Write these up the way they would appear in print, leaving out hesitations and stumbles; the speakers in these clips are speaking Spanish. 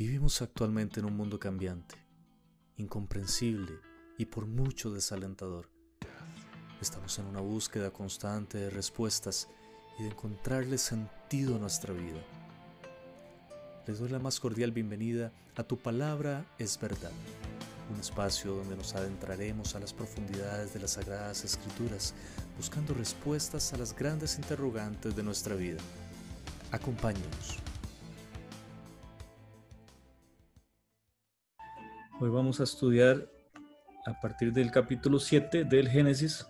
Vivimos actualmente en un mundo cambiante, incomprensible y por mucho desalentador. Estamos en una búsqueda constante de respuestas y de encontrarle sentido a nuestra vida. Les doy la más cordial bienvenida a Tu Palabra es Verdad, un espacio donde nos adentraremos a las profundidades de las Sagradas Escrituras, buscando respuestas a las grandes interrogantes de nuestra vida. Acompáñenos. Hoy vamos a estudiar a partir del capítulo 7 del Génesis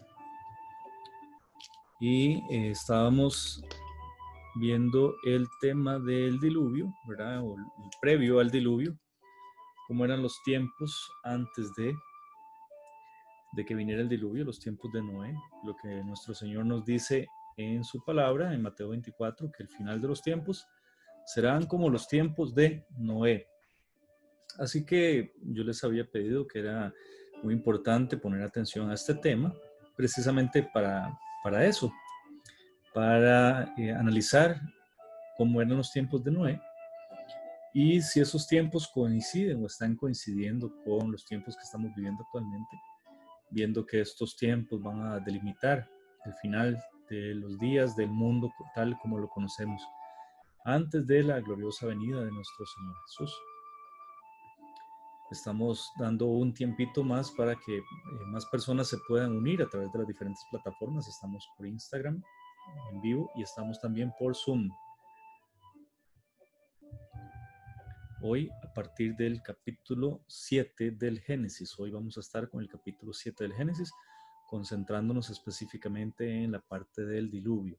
y estábamos viendo el tema del diluvio, ¿verdad? O el previo al diluvio, cómo eran los tiempos antes de que viniera el diluvio, los tiempos de Noé, lo que nuestro Señor nos dice en su palabra, en Mateo 24, que el final de los tiempos serán como los tiempos de Noé. Así que yo les había pedido que era muy importante poner atención a este tema, precisamente para eso, para analizar cómo eran los tiempos de Noé y si esos tiempos coinciden o están coincidiendo con los tiempos que estamos viviendo actualmente, viendo que estos tiempos van a delimitar el final de los días del mundo tal como lo conocemos, antes de la gloriosa venida de nuestro Señor Jesús. Estamos dando un tiempito más para que más personas se puedan unir a través de las diferentes plataformas. Estamos por Instagram en vivo y estamos también por Zoom. Hoy, a partir del capítulo 7 del Génesis, hoy vamos a estar con el capítulo 7 del Génesis, concentrándonos específicamente en la parte del diluvio.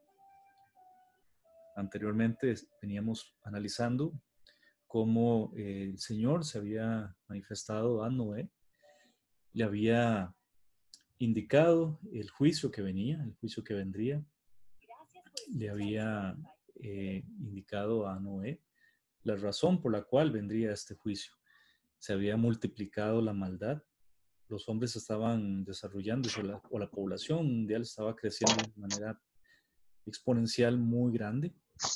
Anteriormente veníamos analizando cómo el Señor se había manifestado a Noé, le había indicado el juicio que venía, el juicio que vendría, le había indicado a Noé la razón por la cual vendría este juicio. Se había multiplicado la maldad, los hombres estaban desarrollándose o la población mundial estaba creciendo de manera exponencial muy grande.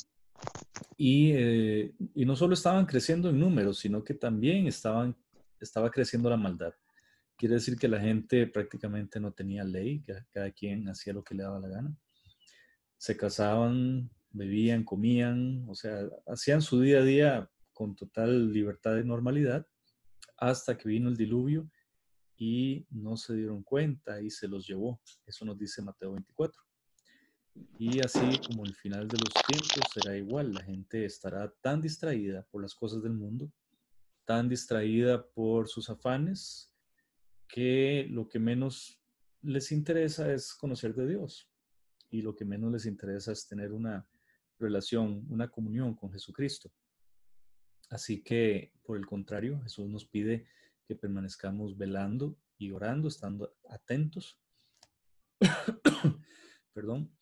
Y no solo estaban creciendo en números, sino que también estaba creciendo la maldad. Quiere decir que la gente prácticamente no tenía ley, que cada quien hacía lo que le daba la gana. Se casaban, bebían, comían, o sea, hacían su día a día con total libertad y normalidad, hasta que vino el diluvio y no se dieron cuenta y se los llevó. Eso nos dice Mateo 24. Y así como el final de los tiempos será igual, la gente estará tan distraída por las cosas del mundo, tan distraída por sus afanes, que lo que menos les interesa es conocer de Dios y lo que menos les interesa es tener una relación, una comunión con Jesucristo. Así que, por el contrario, Jesús nos pide que permanezcamos velando y orando, estando atentos, perdón,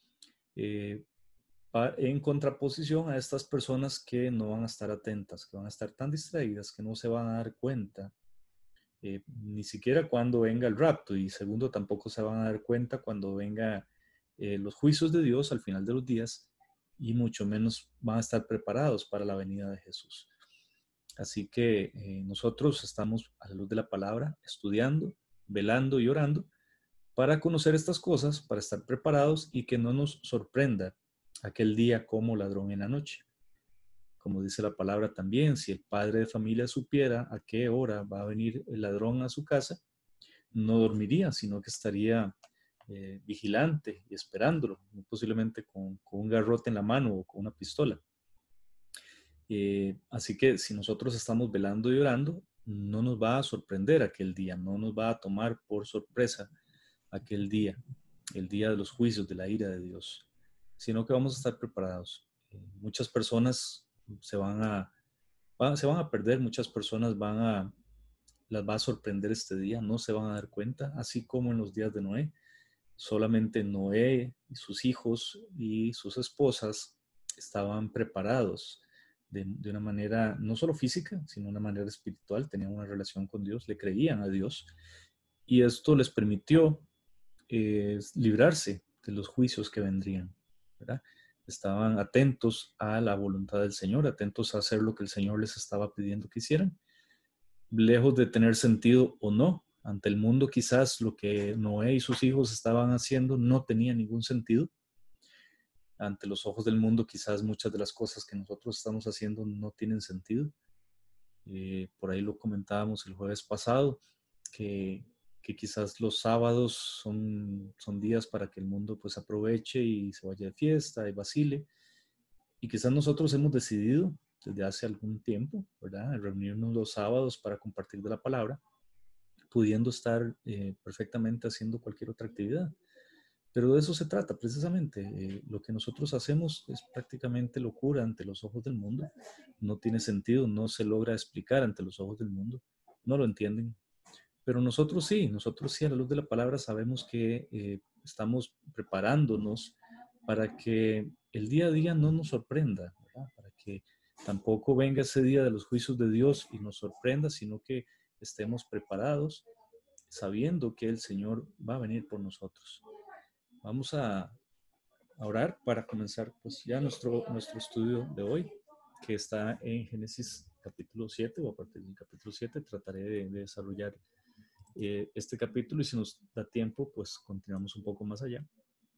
en contraposición a estas personas que no van a estar atentas, que van a estar tan distraídas que no se van a dar cuenta ni siquiera cuando venga el rapto, y segundo, tampoco se van a dar cuenta cuando venga los juicios de Dios al final de los días, y mucho menos van a estar preparados para la venida de Jesús. Así que nosotros estamos a la luz de la palabra, estudiando, velando y orando para conocer estas cosas, para estar preparados y que no nos sorprenda aquel día como ladrón en la noche. Como dice la palabra también, si el padre de familia supiera a qué hora va a venir el ladrón a su casa, no dormiría, sino que estaría vigilante y esperándolo, posiblemente con un garrote en la mano o con una pistola. Así que si nosotros estamos velando y orando, no nos va a sorprender aquel día, no nos va a tomar por sorpresa aquel día, el día de los juicios, de la ira de Dios, sino que vamos a estar preparados. Muchas personas se van a perder, muchas personas las va a sorprender este día, no se van a dar cuenta, así como en los días de Noé. Solamente Noé y sus hijos y sus esposas estaban preparados de una manera no solo física, sino una manera espiritual, tenían una relación con Dios, le creían a Dios, y esto les permitió librarse de los juicios que vendrían, ¿verdad? estaban atentos a la voluntad del Señor, atentos a hacer lo que el Señor les estaba pidiendo que hicieran, lejos de tener sentido o no. Ante el mundo quizás lo que Noé y sus hijos estaban haciendo no tenía ningún sentido. Ante los ojos del mundo quizás muchas de las cosas que nosotros estamos haciendo no tienen sentido. Por ahí lo comentábamos el jueves pasado, que, que quizás los sábados son días para que el mundo pues aproveche y se vaya de fiesta y vacile. Y quizás nosotros hemos decidido desde hace algún tiempo, ¿verdad?, reunirnos los sábados para compartir de la palabra, pudiendo estar perfectamente haciendo cualquier otra actividad. Pero de eso se trata precisamente. Lo que nosotros hacemos es prácticamente locura ante los ojos del mundo. No tiene sentido, no se logra explicar ante los ojos del mundo. No lo entienden. Pero nosotros sí a la luz de la palabra sabemos que estamos preparándonos para que el día a día no nos sorprenda, ¿verdad? Para que tampoco venga ese día de los juicios de Dios y nos sorprenda, sino que estemos preparados sabiendo que el Señor va a venir por nosotros. Vamos a orar para comenzar pues ya nuestro estudio de hoy, que está en Génesis capítulo 7, o a partir del capítulo 7 trataré de desarrollar este capítulo, y si nos da tiempo pues continuamos un poco más allá.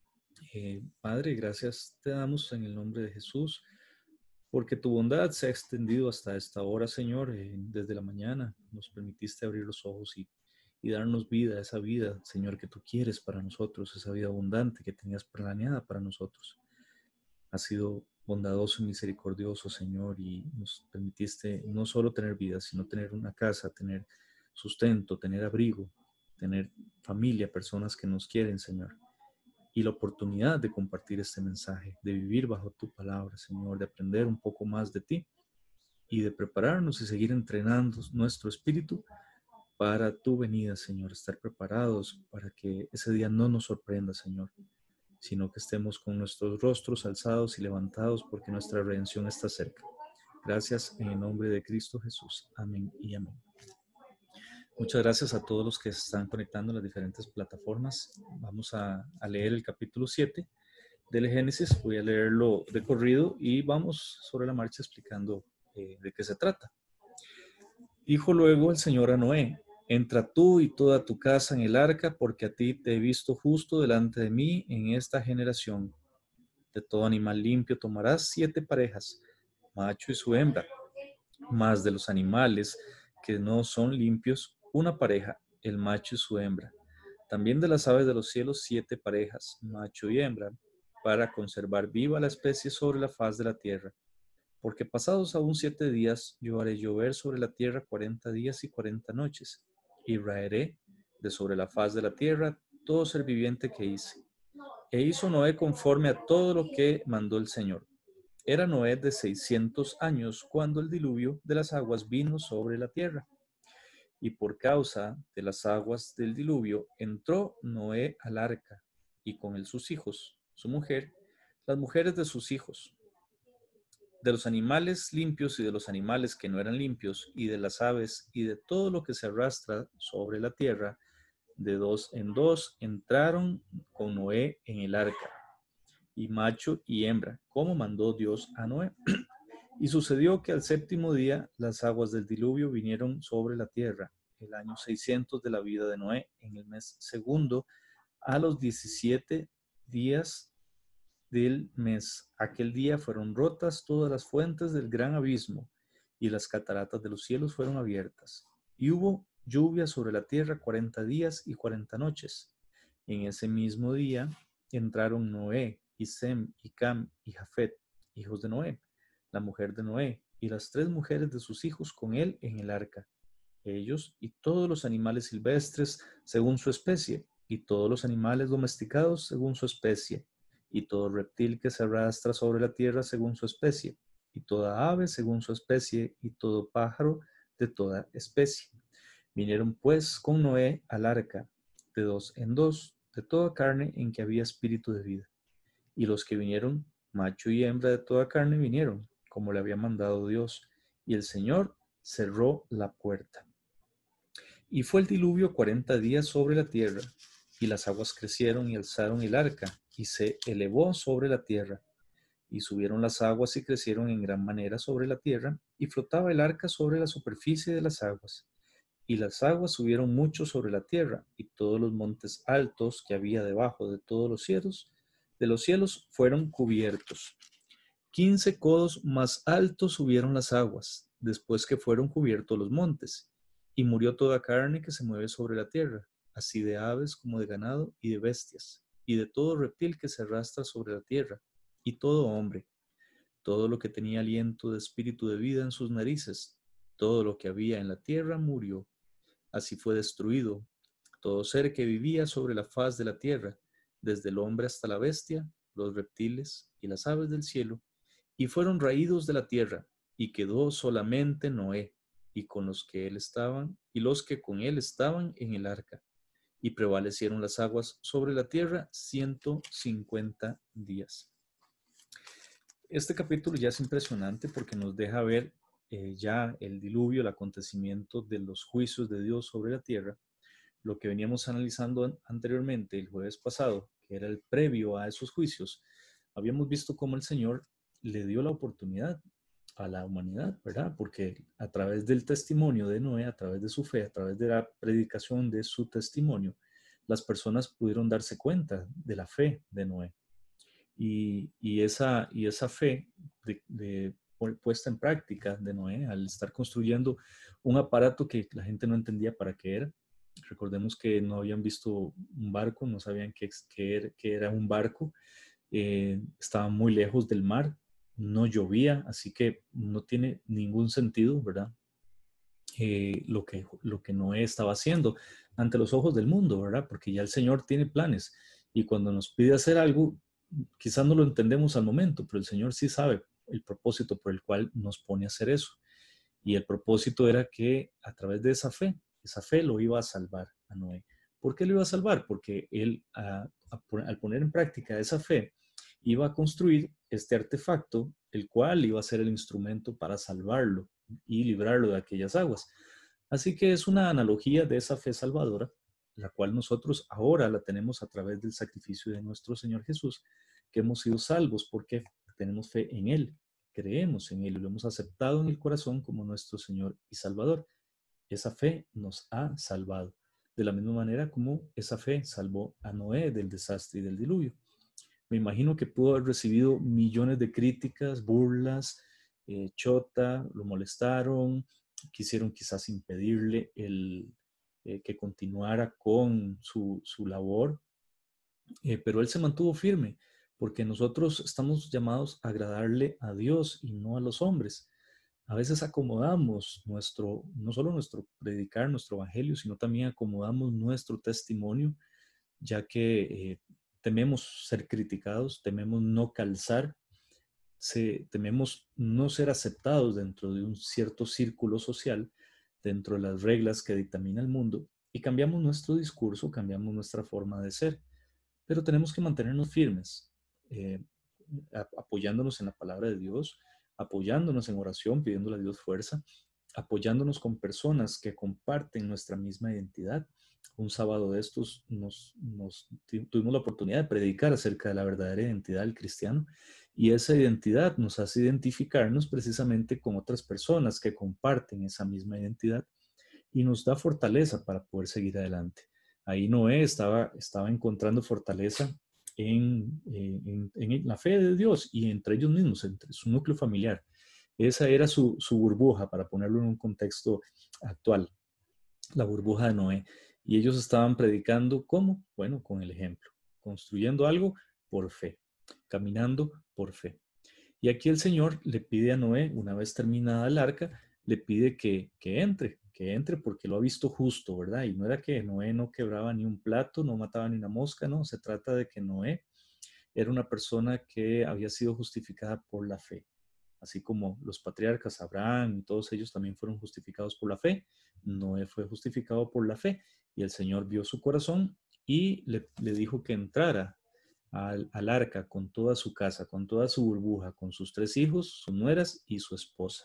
Padre, gracias te damos en el nombre de Jesús, porque tu bondad se ha extendido hasta esta hora, Señor. Desde la mañana nos permitiste abrir los ojos y darnos vida, esa vida, Señor, que tú quieres para nosotros, esa vida abundante que tenías planeada para nosotros. Has sido bondadoso y misericordioso, Señor, y nos permitiste no solo tener vida, sino tener una casa, tener sustento, tener abrigo, tener familia, personas que nos quieren, Señor, y la oportunidad de compartir este mensaje, de vivir bajo tu palabra, Señor, de aprender un poco más de ti y de prepararnos y seguir entrenando nuestro espíritu para tu venida, Señor, estar preparados para que ese día no nos sorprenda, Señor, sino que estemos con nuestros rostros alzados y levantados, porque nuestra redención está cerca. Gracias en el nombre de Cristo Jesús. Amén y amén. Muchas gracias a todos los que se están conectando en las diferentes plataformas. Vamos a leer el capítulo 7 del Génesis. Voy a leerlo de corrido y vamos sobre la marcha explicando de qué se trata. Dijo luego el Señor a Noé: entra tú y toda tu casa en el arca, porque a ti te he visto justo delante de mí en esta generación. De todo animal limpio tomarás 7 parejas, macho y su hembra, más de los animales que no son limpios, una pareja, el macho y su hembra. También de las aves de los cielos 7 parejas, macho y hembra, para conservar viva la especie sobre la faz de la tierra. Porque pasados aún 7 días, yo haré llover sobre la tierra 40 días y 40 noches, y raeré de sobre la faz de la tierra todo ser viviente que hice. E hizo Noé conforme a todo lo que mandó el Señor. Era Noé de 600 años cuando el diluvio de las aguas vino sobre la tierra. Y por causa de las aguas del diluvio entró Noé al arca, y con él sus hijos, su mujer, las mujeres de sus hijos, de los animales limpios y de los animales que no eran limpios, y de las aves y de todo lo que se arrastra sobre la tierra, de 2 en 2 entraron con Noé en el arca, y macho y hembra, como mandó Dios a Noé. Y sucedió que al 7º día las aguas del diluvio vinieron sobre la tierra, el año 600 de la vida de Noé, en el mes segundo, a los 17 días del mes. Aquel día fueron rotas todas las fuentes del gran abismo, y las cataratas de los cielos fueron abiertas. Y hubo lluvia sobre la tierra 40 días y 40 noches. En ese mismo día entraron Noé, y Sem, y Cam, y Jafet, hijos de Noé, la mujer de Noé, y las 3 mujeres de sus hijos con él en el arca, ellos y todos los animales silvestres según su especie, y todos los animales domesticados según su especie, y todo reptil que se arrastra sobre la tierra según su especie, y toda ave según su especie, y todo pájaro de toda especie. Vinieron pues con Noé al arca, de 2 en 2, de toda carne en que había espíritu de vida. Y los que vinieron, macho y hembra de toda carne, vinieron, como le había mandado Dios, y el Señor cerró la puerta. Y fue el diluvio 40 días sobre la tierra, y las aguas crecieron y alzaron el arca, y se elevó sobre la tierra. Y subieron las aguas y crecieron en gran manera sobre la tierra, y flotaba el arca sobre la superficie de las aguas. Y las aguas subieron mucho sobre la tierra, y todos los montes altos que había debajo de todos de los cielos, fueron cubiertos. 15 codos más altos subieron las aguas, después que fueron cubiertos los montes. Y murió toda carne que se mueve sobre la tierra, así de aves como de ganado y de bestias, y de todo reptil que se arrastra sobre la tierra, y todo hombre, todo lo que tenía aliento de espíritu de vida en sus narices, todo lo que había en la tierra murió. Así fue destruido todo ser que vivía sobre la faz de la tierra, desde el hombre hasta la bestia, los reptiles y las aves del cielo, y fueron raídos de la tierra, y quedó solamente Noé, y con los que él estaban, y los que con él estaban en el arca, y prevalecieron las aguas sobre la tierra 150 días. Este capítulo ya es impresionante porque nos deja ver ya el diluvio, el acontecimiento de los juicios de Dios sobre la tierra, lo que veníamos analizando anteriormente el jueves pasado, que era el previo a esos juicios. Habíamos visto cómo el Señor le dio la oportunidad a la humanidad, ¿verdad? Porque a través del testimonio de Noé, a través de su fe, a través de la predicación de su testimonio, las personas pudieron darse cuenta de la fe de Noé. Y esa fe puesta en práctica de Noé al estar construyendo un aparato que la gente no entendía para qué era. Recordemos que no habían visto un barco, no sabían qué era un barco, estaban muy lejos del mar, no llovía, así que no tiene ningún sentido, ¿verdad? Lo que Noé estaba haciendo ante los ojos del mundo, ¿verdad? Porque ya el Señor tiene planes y cuando nos pide hacer algo, quizás no lo entendemos al momento, pero el Señor sí sabe el propósito por el cual nos pone a hacer eso. Y el propósito era que a través de esa fe lo iba a salvar a Noé. ¿Por qué lo iba a salvar? Porque él, al poner en práctica esa fe, iba a construir este artefacto, el cual iba a ser el instrumento para salvarlo y librarlo de aquellas aguas. Así que es una analogía de esa fe salvadora, la cual nosotros ahora la tenemos a través del sacrificio de nuestro Señor Jesús, que hemos sido salvos porque tenemos fe en Él, creemos en Él y lo hemos aceptado en el corazón como nuestro Señor y Salvador. Esa fe nos ha salvado, de la misma manera como esa fe salvó a Noé del desastre y del diluvio. Me imagino que pudo haber recibido millones de críticas, burlas, chota, lo molestaron, quisieron quizás impedirle que continuara con su labor, pero él se mantuvo firme, porque nosotros estamos llamados a agradarle a Dios y no a los hombres. A veces acomodamos no solo nuestro predicar, nuestro evangelio, sino también acomodamos nuestro testimonio, ya que tememos ser criticados, tememos no calzar, tememos no ser aceptados dentro de un cierto círculo social, dentro de las reglas que dictamina el mundo, y cambiamos nuestro discurso, cambiamos nuestra forma de ser, pero tenemos que mantenernos firmes, eh, apoyándonos en la palabra de Dios, apoyándonos en oración, pidiéndole a Dios fuerza, apoyándonos con personas que comparten nuestra misma identidad. Un sábado de estos tuvimos la oportunidad de predicar acerca de la verdadera identidad del cristiano y esa identidad nos hace identificarnos precisamente con otras personas que comparten esa misma identidad y nos da fortaleza para poder seguir adelante. Ahí Noé estaba encontrando fortaleza en la fe de Dios y entre ellos mismos, entre su núcleo familiar. Esa era su burbuja, para ponerlo en un contexto actual, la burbuja de Noé. Y ellos estaban predicando, ¿cómo? Bueno, con el ejemplo, construyendo algo por fe, caminando por fe. Y aquí el Señor le pide a Noé, una vez terminada el arca, le pide que entre porque lo ha visto justo, ¿verdad? Y no era que Noé no quebraba ni un plato, no mataba ni una mosca, no, se trata de que Noé era una persona que había sido justificada por la fe, así como los patriarcas Abraham y todos ellos también fueron justificados por la fe. Noé fue justificado por la fe y el Señor vio su corazón y le dijo que entrara al arca con toda su casa, con toda su burbuja, con sus 3 hijos, sus nueras y su esposa.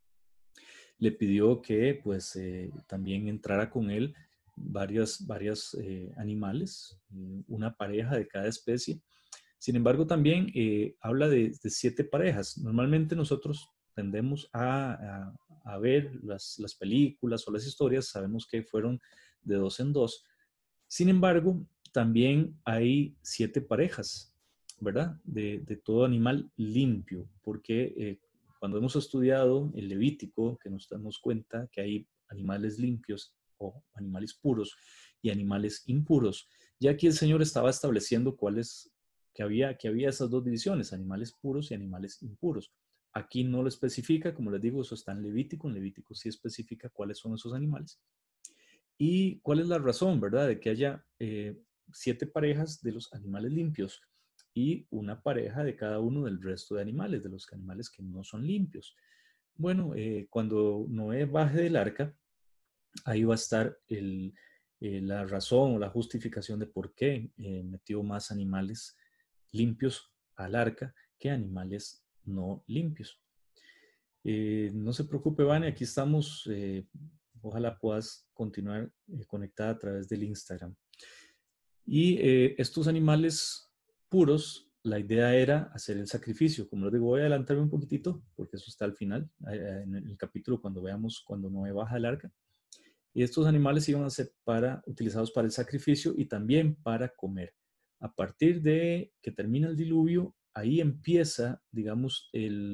Le pidió que pues también entrara con él varias animales, una pareja de cada especie, Sin embargo, también habla de 7 parejas. Normalmente nosotros tendemos a ver las películas o las historias, sabemos que fueron de 2 en 2. Sin embargo, también hay 7 parejas, ¿verdad? De todo animal limpio, porque cuando hemos estudiado el Levítico, que nos damos cuenta que hay animales limpios o animales puros y animales impuros, ya aquí el Señor estaba estableciendo que había esas dos divisiones, animales puros y animales impuros. Aquí no lo especifica, como les digo, eso está en Levítico sí especifica cuáles son esos animales. ¿Y cuál es la razón, verdad? De que haya 7 parejas de los animales limpios y una pareja de cada uno del resto de animales, de los animales que no son limpios. Bueno, cuando Noé baje del arca, ahí va a estar la razón o la justificación de por qué metió más animales limpios al arca que animales no limpios. No se preocupe, Vane, aquí estamos. Ojalá puedas continuar conectada a través del Instagram. Y estos animales puros, la idea era hacer el sacrificio. Como les digo, voy a adelantarme un poquitito, porque eso está al final, en el capítulo, cuando veamos cuando Noé baja el arca. Y estos animales iban a ser utilizados para el sacrificio y también para comer. A partir de que termina el diluvio, ahí empieza, digamos,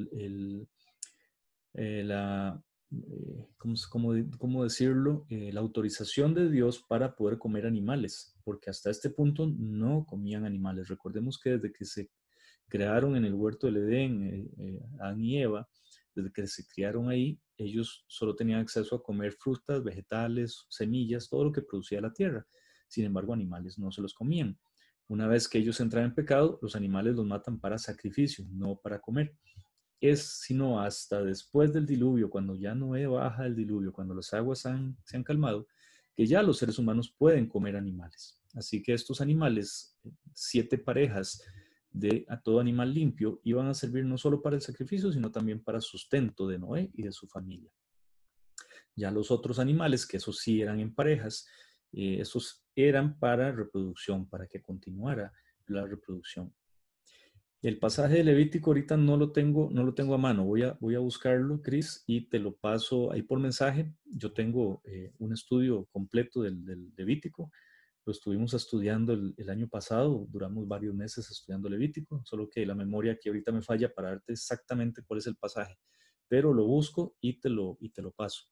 la, ¿cómo decirlo? La autorización de Dios para poder comer animales, porque hasta este punto no comían animales. Recordemos que desde que se crearon en el huerto del Edén, Adán y Eva, desde que se criaron ahí, ellos solo tenían acceso a comer frutas, vegetales, semillas, todo lo que producía la tierra. Sin embargo, animales no se los comían. Una vez que ellos entran en pecado, los animales los matan para sacrificio, no para comer. Es sino hasta después del diluvio, cuando ya Noé baja el diluvio, cuando las aguas se han calmado, que ya los seres humanos pueden comer animales. Así que estos animales, 7 parejas de a todo animal limpio, iban a servir no solo para el sacrificio, sino también para sustento de Noé y de su familia. Ya los otros animales, que esos sí eran en parejas, esos eran para reproducción, para que continuara la reproducción. El pasaje de Levítico ahorita no lo tengo a mano. Voy a buscarlo, Cris, y te lo paso ahí por mensaje. Yo tengo un estudio completo del Levítico. Lo estuvimos estudiando el año pasado. Duramos varios meses estudiando Levítico, solo que la memoria aquí ahorita me falla para darte exactamente cuál es el pasaje. Pero lo busco y te lo paso.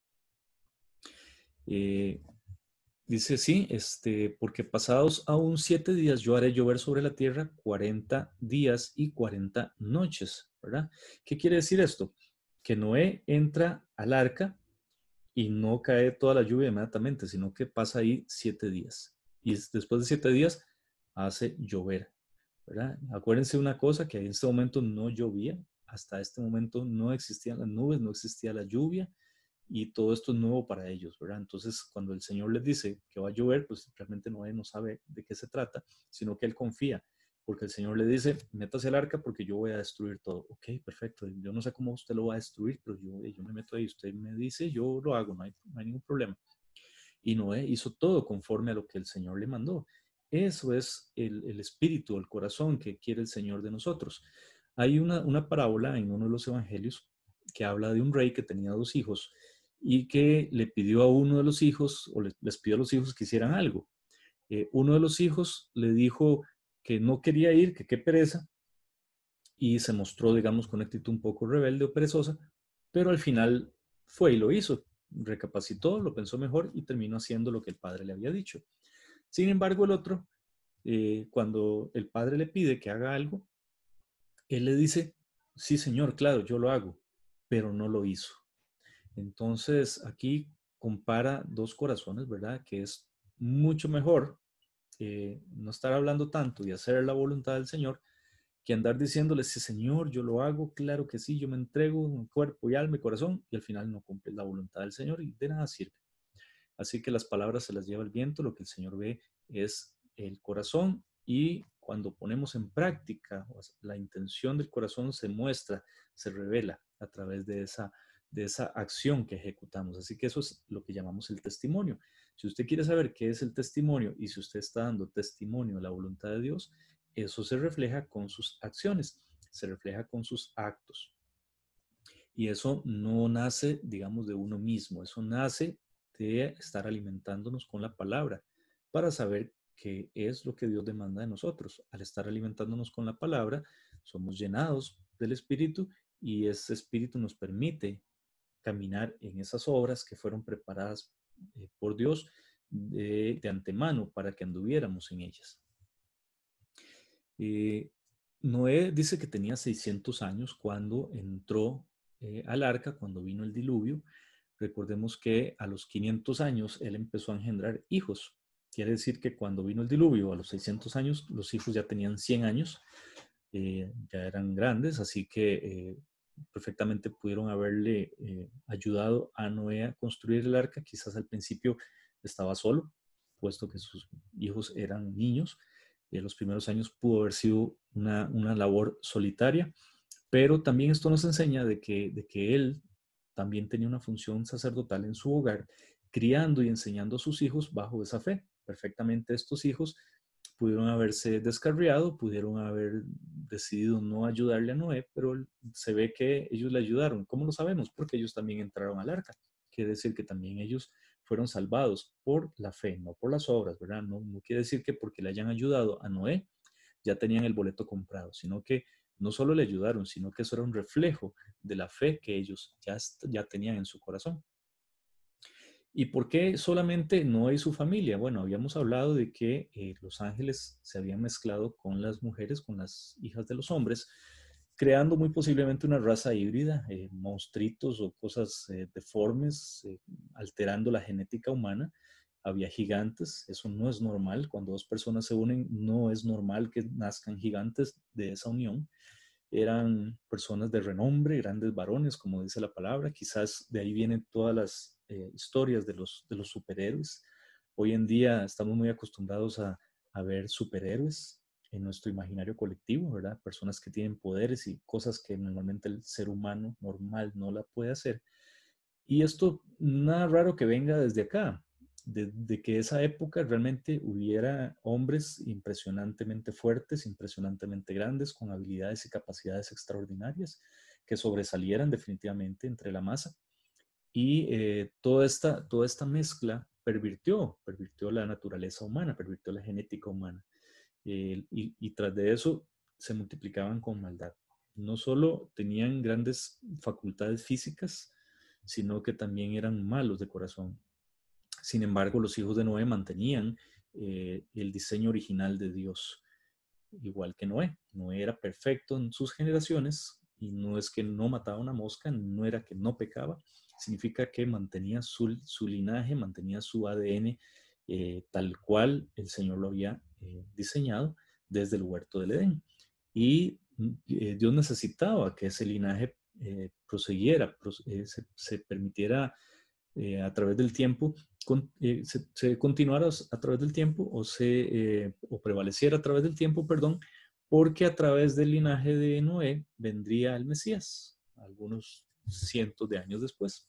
Eh, Dice, sí, porque pasados aún 7 días yo haré llover sobre la tierra 40 días y 40 noches, ¿verdad? ¿Qué quiere decir esto? Que Noé entra al arca y no cae toda la lluvia inmediatamente, sino que pasa ahí 7 días. Y después de 7 días hace llover, ¿verdad? Acuérdense una cosa, que en este momento no llovía, hasta este momento no existían las nubes, no existía la lluvia, y todo esto es nuevo para ellos, ¿verdad? Entonces, cuando el Señor les dice que va a llover, pues realmente Noé no sabe de qué se trata, sino que él confía, porque el Señor le dice, métase al arca porque yo voy a destruir todo. Ok, perfecto, yo no sé cómo usted lo va a destruir, pero yo me meto ahí, usted me dice, yo lo hago, no hay ningún problema. Y Noé hizo todo conforme a lo que el Señor le mandó. Eso es el espíritu, el corazón que quiere el Señor de nosotros. Hay una parábola en uno de los evangelios que habla de un rey que tenía 2 hijos y que le pidió a uno de los hijos, o les pidió a los hijos que hicieran algo. Uno de los hijos le dijo que no quería ir, que qué pereza, y se mostró, digamos, con actitud un poco rebelde o perezosa, pero al final fue y lo hizo. Recapacitó, lo pensó mejor y terminó haciendo lo que el padre le había dicho. Sin embargo, el otro, cuando el padre le pide que haga algo, él le dice, sí, señor, claro, yo lo hago, pero no lo hizo. Entonces, aquí compara 2 corazones, ¿verdad? Que es mucho mejor no estar hablando tanto y hacer la voluntad del Señor que andar diciéndole, sí, Señor, yo lo hago, claro que sí, yo me entrego en cuerpo y alma y corazón, y al final no cumple la voluntad del Señor y de nada sirve. Así que las palabras se las lleva el viento, lo que el Señor ve es el corazón, y cuando ponemos en práctica, la intención del corazón se muestra, se revela a través de esa acción que ejecutamos. Así que eso es lo que llamamos el testimonio. Si usted quiere saber qué es el testimonio y si usted está dando testimonio de la voluntad de Dios, eso se refleja con sus acciones, se refleja con sus actos. Y eso no nace, digamos, de uno mismo, eso nace de estar alimentándonos con la palabra para saber qué es lo que Dios demanda de nosotros. Al estar alimentándonos con la palabra, somos llenados del Espíritu y ese Espíritu nos permite caminar en esas obras que fueron preparadas por Dios de antemano para que anduviéramos en ellas. Eh, Noé dice que tenía 600 años cuando entró al arca, cuando vino el diluvio. Recordemos que a los 500 años él empezó a engendrar hijos. Quiere decir que cuando vino el diluvio, a los 600 años, los hijos ya tenían 100 años, ya eran grandes, así que perfectamente pudieron haberle ayudado a Noé a construir el arca. Quizás al principio estaba solo, puesto que sus hijos eran niños. Los primeros años pudo haber sido una labor solitaria, pero también esto nos enseña de que él también tenía una función sacerdotal en su hogar, criando y enseñando a sus hijos bajo esa fe. Perfectamente estos hijos pudieron haberse descarriado, pudieron haber decidido no ayudarle a Noé, pero se ve que ellos le ayudaron. ¿Cómo lo sabemos? Porque ellos también entraron al arca. Quiere decir que también ellos fueron salvados por la fe, no por las obras, ¿verdad? No quiere decir que porque le hayan ayudado a Noé ya tenían el boleto comprado, sino que no solo le ayudaron, sino que eso era un reflejo de la fe que ellos ya tenían en su corazón. ¿Y por qué solamente Noé y su familia? Bueno, habíamos hablado de que los ángeles se habían mezclado con las mujeres, con las hijas de los hombres, creando muy posiblemente una raza híbrida, monstruitos o cosas deformes, alterando la genética humana. Había gigantes, eso no es normal. Cuando dos personas se unen, no es normal que nazcan gigantes de esa unión. Eran personas de renombre, grandes varones, como dice la palabra. Quizás de ahí vienen todas las historias de los superhéroes. Hoy en día estamos muy acostumbrados a ver superhéroes en nuestro imaginario colectivo, ¿verdad? Personas que tienen poderes y cosas que normalmente el ser humano normal no la puede hacer. Y esto, nada raro que venga desde acá, de que esa época realmente hubiera hombres impresionantemente fuertes, impresionantemente grandes, con habilidades y capacidades extraordinarias, que sobresalieran definitivamente entre la masa. Y toda esta mezcla pervirtió la naturaleza humana, pervirtió la genética humana. Y tras de eso se multiplicaban con maldad. No solo tenían grandes facultades físicas, sino que también eran malos de corazón. Sin embargo, los hijos de Noé mantenían el diseño original de Dios, igual que Noé. Noé era perfecto en sus generaciones y no es que no mataba una mosca, no era que no pecaba, significa que mantenía su linaje, mantenía su ADN tal cual el Señor lo había diseñado desde el huerto del Edén. Y Dios necesitaba que ese linaje prosiguiera, se permitiera a través del tiempo, se continuara a través del tiempo o prevaleciera a través del tiempo, perdón, porque a través del linaje de Noé vendría el Mesías, algunos cientos de años después.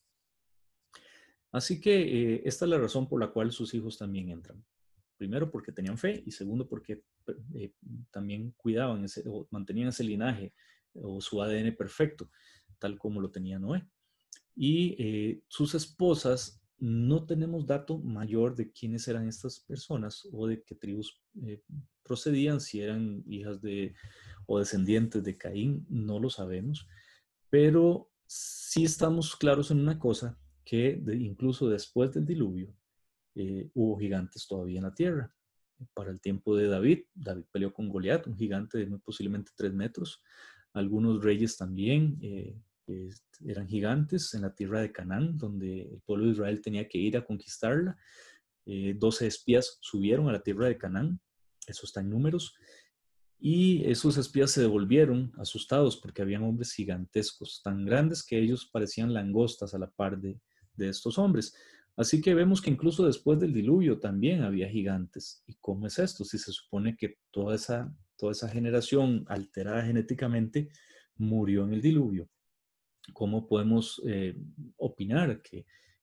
Así que esta es la razón por la cual sus hijos también entran. Primero porque tenían fe y segundo porque también cuidaban o mantenían ese linaje o su ADN perfecto, tal como lo tenía Noé. Y sus esposas, no tenemos dato mayor de quiénes eran estas personas o de qué tribus procedían, si eran hijas de o descendientes de Caín, no lo sabemos, pero sí estamos claros en una cosa, que incluso después del diluvio hubo gigantes todavía en la tierra. Para el tiempo de David, David peleó con Goliat, un gigante de muy posiblemente 3 metros. Algunos reyes también eran gigantes en la tierra de Canaán, donde el pueblo de Israel tenía que ir a conquistarla. 12 espías subieron a la tierra de Canaán, eso está en Números, y esos espías se devolvieron asustados porque habían hombres gigantescos, tan grandes que ellos parecían langostas a la par de estos hombres. Así que vemos que incluso después del diluvio también había gigantes. ¿Y cómo es esto? Si se supone que toda esa generación alterada genéticamente murió en el diluvio, ¿cómo podemos opinar que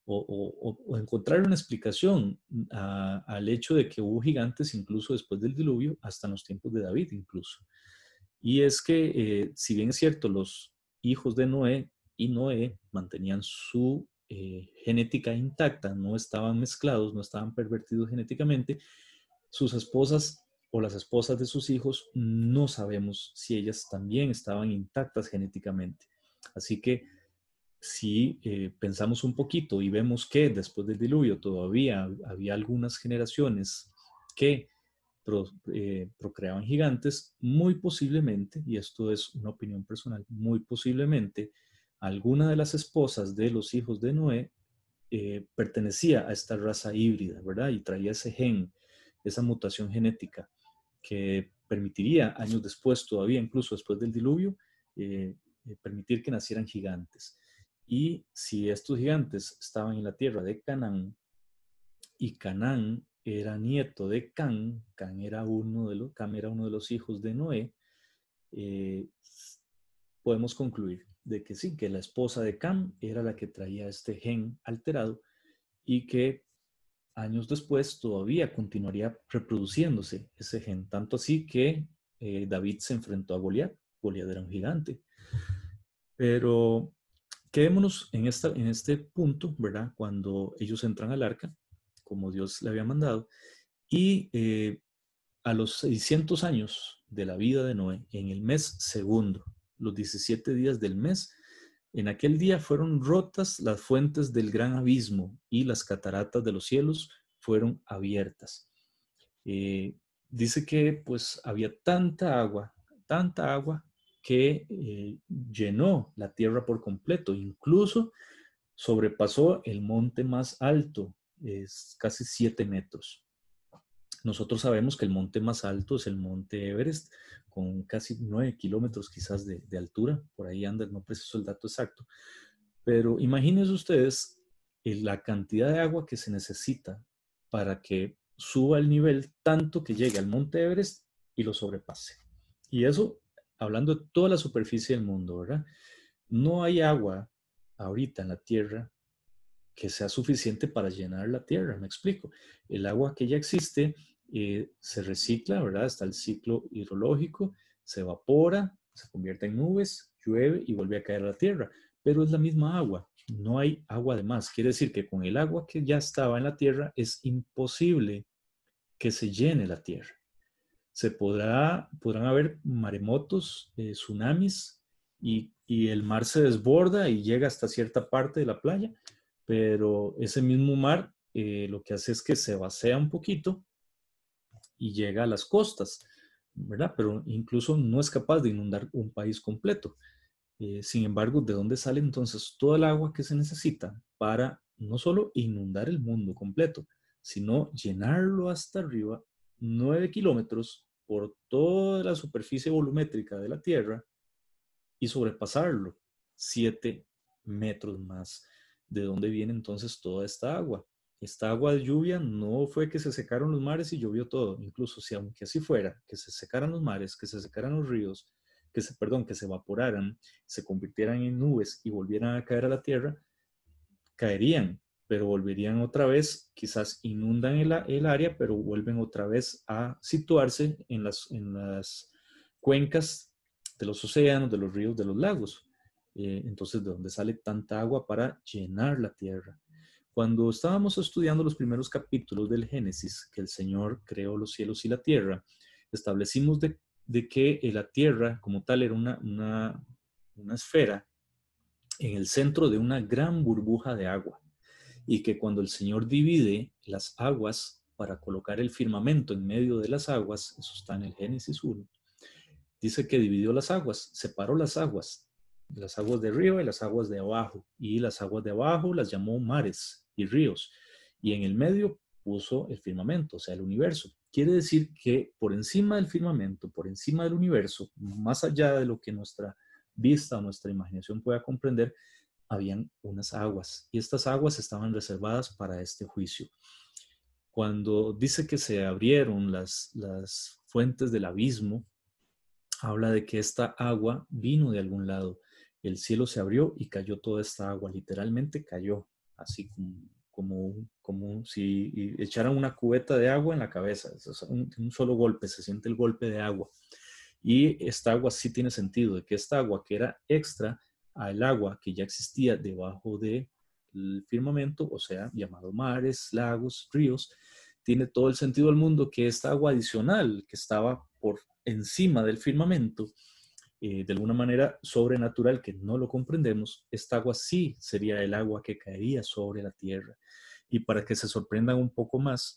o encontrar una explicación al hecho de que hubo gigantes incluso después del diluvio, hasta en los tiempos de David incluso. Y es que, si bien es cierto, los hijos de Noé y Noé mantenían su genética intacta, no estaban mezclados, no estaban pervertidos genéticamente, sus esposas o las esposas de sus hijos no sabemos si ellas también estaban intactas genéticamente. Así que si pensamos un poquito y vemos que después del diluvio todavía había algunas generaciones que procreaban gigantes, muy posiblemente, y esto es una opinión personal, muy posiblemente alguna de las esposas de los hijos de Noé pertenecía a esta raza híbrida, ¿verdad? Y traía ese gen, esa mutación genética que permitiría años después, todavía incluso después del diluvio, permitir que nacieran gigantes. Y si estos gigantes estaban en la tierra de Canaán, y Canaán era nieto de Can, Can era uno de los hijos de Noé, eh, podemos concluir de que sí, que la esposa de Can era la que traía este gen alterado y que años después todavía continuaría reproduciéndose ese gen, tanto así que David se enfrentó a Goliat. Goliat era un gigante. Pero quedémonos en este punto, ¿verdad? Cuando ellos entran al arca, como Dios le había mandado, y a los 600 años de la vida de Noé, en el mes segundo, los 17 días del mes, en aquel día fueron rotas las fuentes del gran abismo y las cataratas de los cielos fueron abiertas. Eh, Dice que pues había tanta agua que llenó la tierra por completo, incluso sobrepasó el monte más alto, es casi 7 metros. Nosotros sabemos que el monte más alto es el monte Everest, con casi 9 kilómetros quizás de altura, por ahí anda, no preciso el dato exacto, pero imagínense ustedes la cantidad de agua que se necesita para que suba el nivel tanto que llegue al monte Everest y lo sobrepase. Y eso hablando de toda la superficie del mundo, ¿verdad? No hay agua ahorita en la Tierra que sea suficiente para llenar la tierra, me explico. El agua que ya existe se recicla, ¿verdad? Está el ciclo hidrológico, se evapora, se convierte en nubes, llueve y vuelve a caer a la tierra, pero es la misma agua, no hay agua de más. Quiere decir que con el agua que ya estaba en la tierra es imposible que se llene la tierra. Podrán haber maremotos, tsunamis, y el mar se desborda y llega hasta cierta parte de la playa, pero ese mismo mar lo que hace es que se vacía un poquito y llega a las costas, ¿verdad? Pero incluso no es capaz de inundar un país completo. Sin embargo, ¿de dónde sale entonces toda el agua que se necesita para no solo inundar el mundo completo, sino llenarlo hasta arriba, 9 kilómetros por toda la superficie volumétrica de la Tierra y sobrepasarlo 7 metros más? ¿De dónde viene entonces toda esta agua? Esta agua de lluvia no fue que se secaron los mares y llovió todo. Incluso si aunque así fuera, que se secaran los mares, que se secaran los ríos, que se evaporaran, se convirtieran en nubes y volvieran a caer a la tierra, caerían, pero volverían otra vez, quizás inundan el área, pero vuelven otra vez a situarse en las cuencas de los océanos, de los ríos, de los lagos. Entonces, ¿de dónde sale tanta agua para llenar la tierra? Cuando estábamos estudiando los primeros capítulos del Génesis, que el Señor creó los cielos y la tierra, establecimos de que la tierra como tal era una esfera en el centro de una gran burbuja de agua y que cuando el Señor divide las aguas para colocar el firmamento en medio de las aguas, eso está en el Génesis 1, dice que dividió las aguas, separó las aguas de arriba y las aguas de abajo, y las aguas de abajo las llamó mares y ríos, y en el medio puso el firmamento, o sea, el universo. Quiere decir que por encima del firmamento, por encima del universo, más allá de lo que nuestra vista o nuestra imaginación pueda comprender, habían unas aguas, y estas aguas estaban reservadas para este juicio. Cuando dice que se abrieron las fuentes del abismo, habla de que esta agua vino de algún lado. El cielo se abrió y cayó toda esta agua, literalmente cayó así como si echaran una cubeta de agua en la cabeza. Es un solo golpe, se siente el golpe de agua. Y esta agua sí tiene sentido, de que esta agua que era extra al agua que ya existía debajo del firmamento, o sea, llamado mares, lagos, ríos, tiene todo el sentido del mundo que esta agua adicional que estaba por encima del firmamento, de alguna manera sobrenatural que no lo comprendemos, esta agua sí sería el agua que caería sobre la tierra. Y para que se sorprendan un poco más,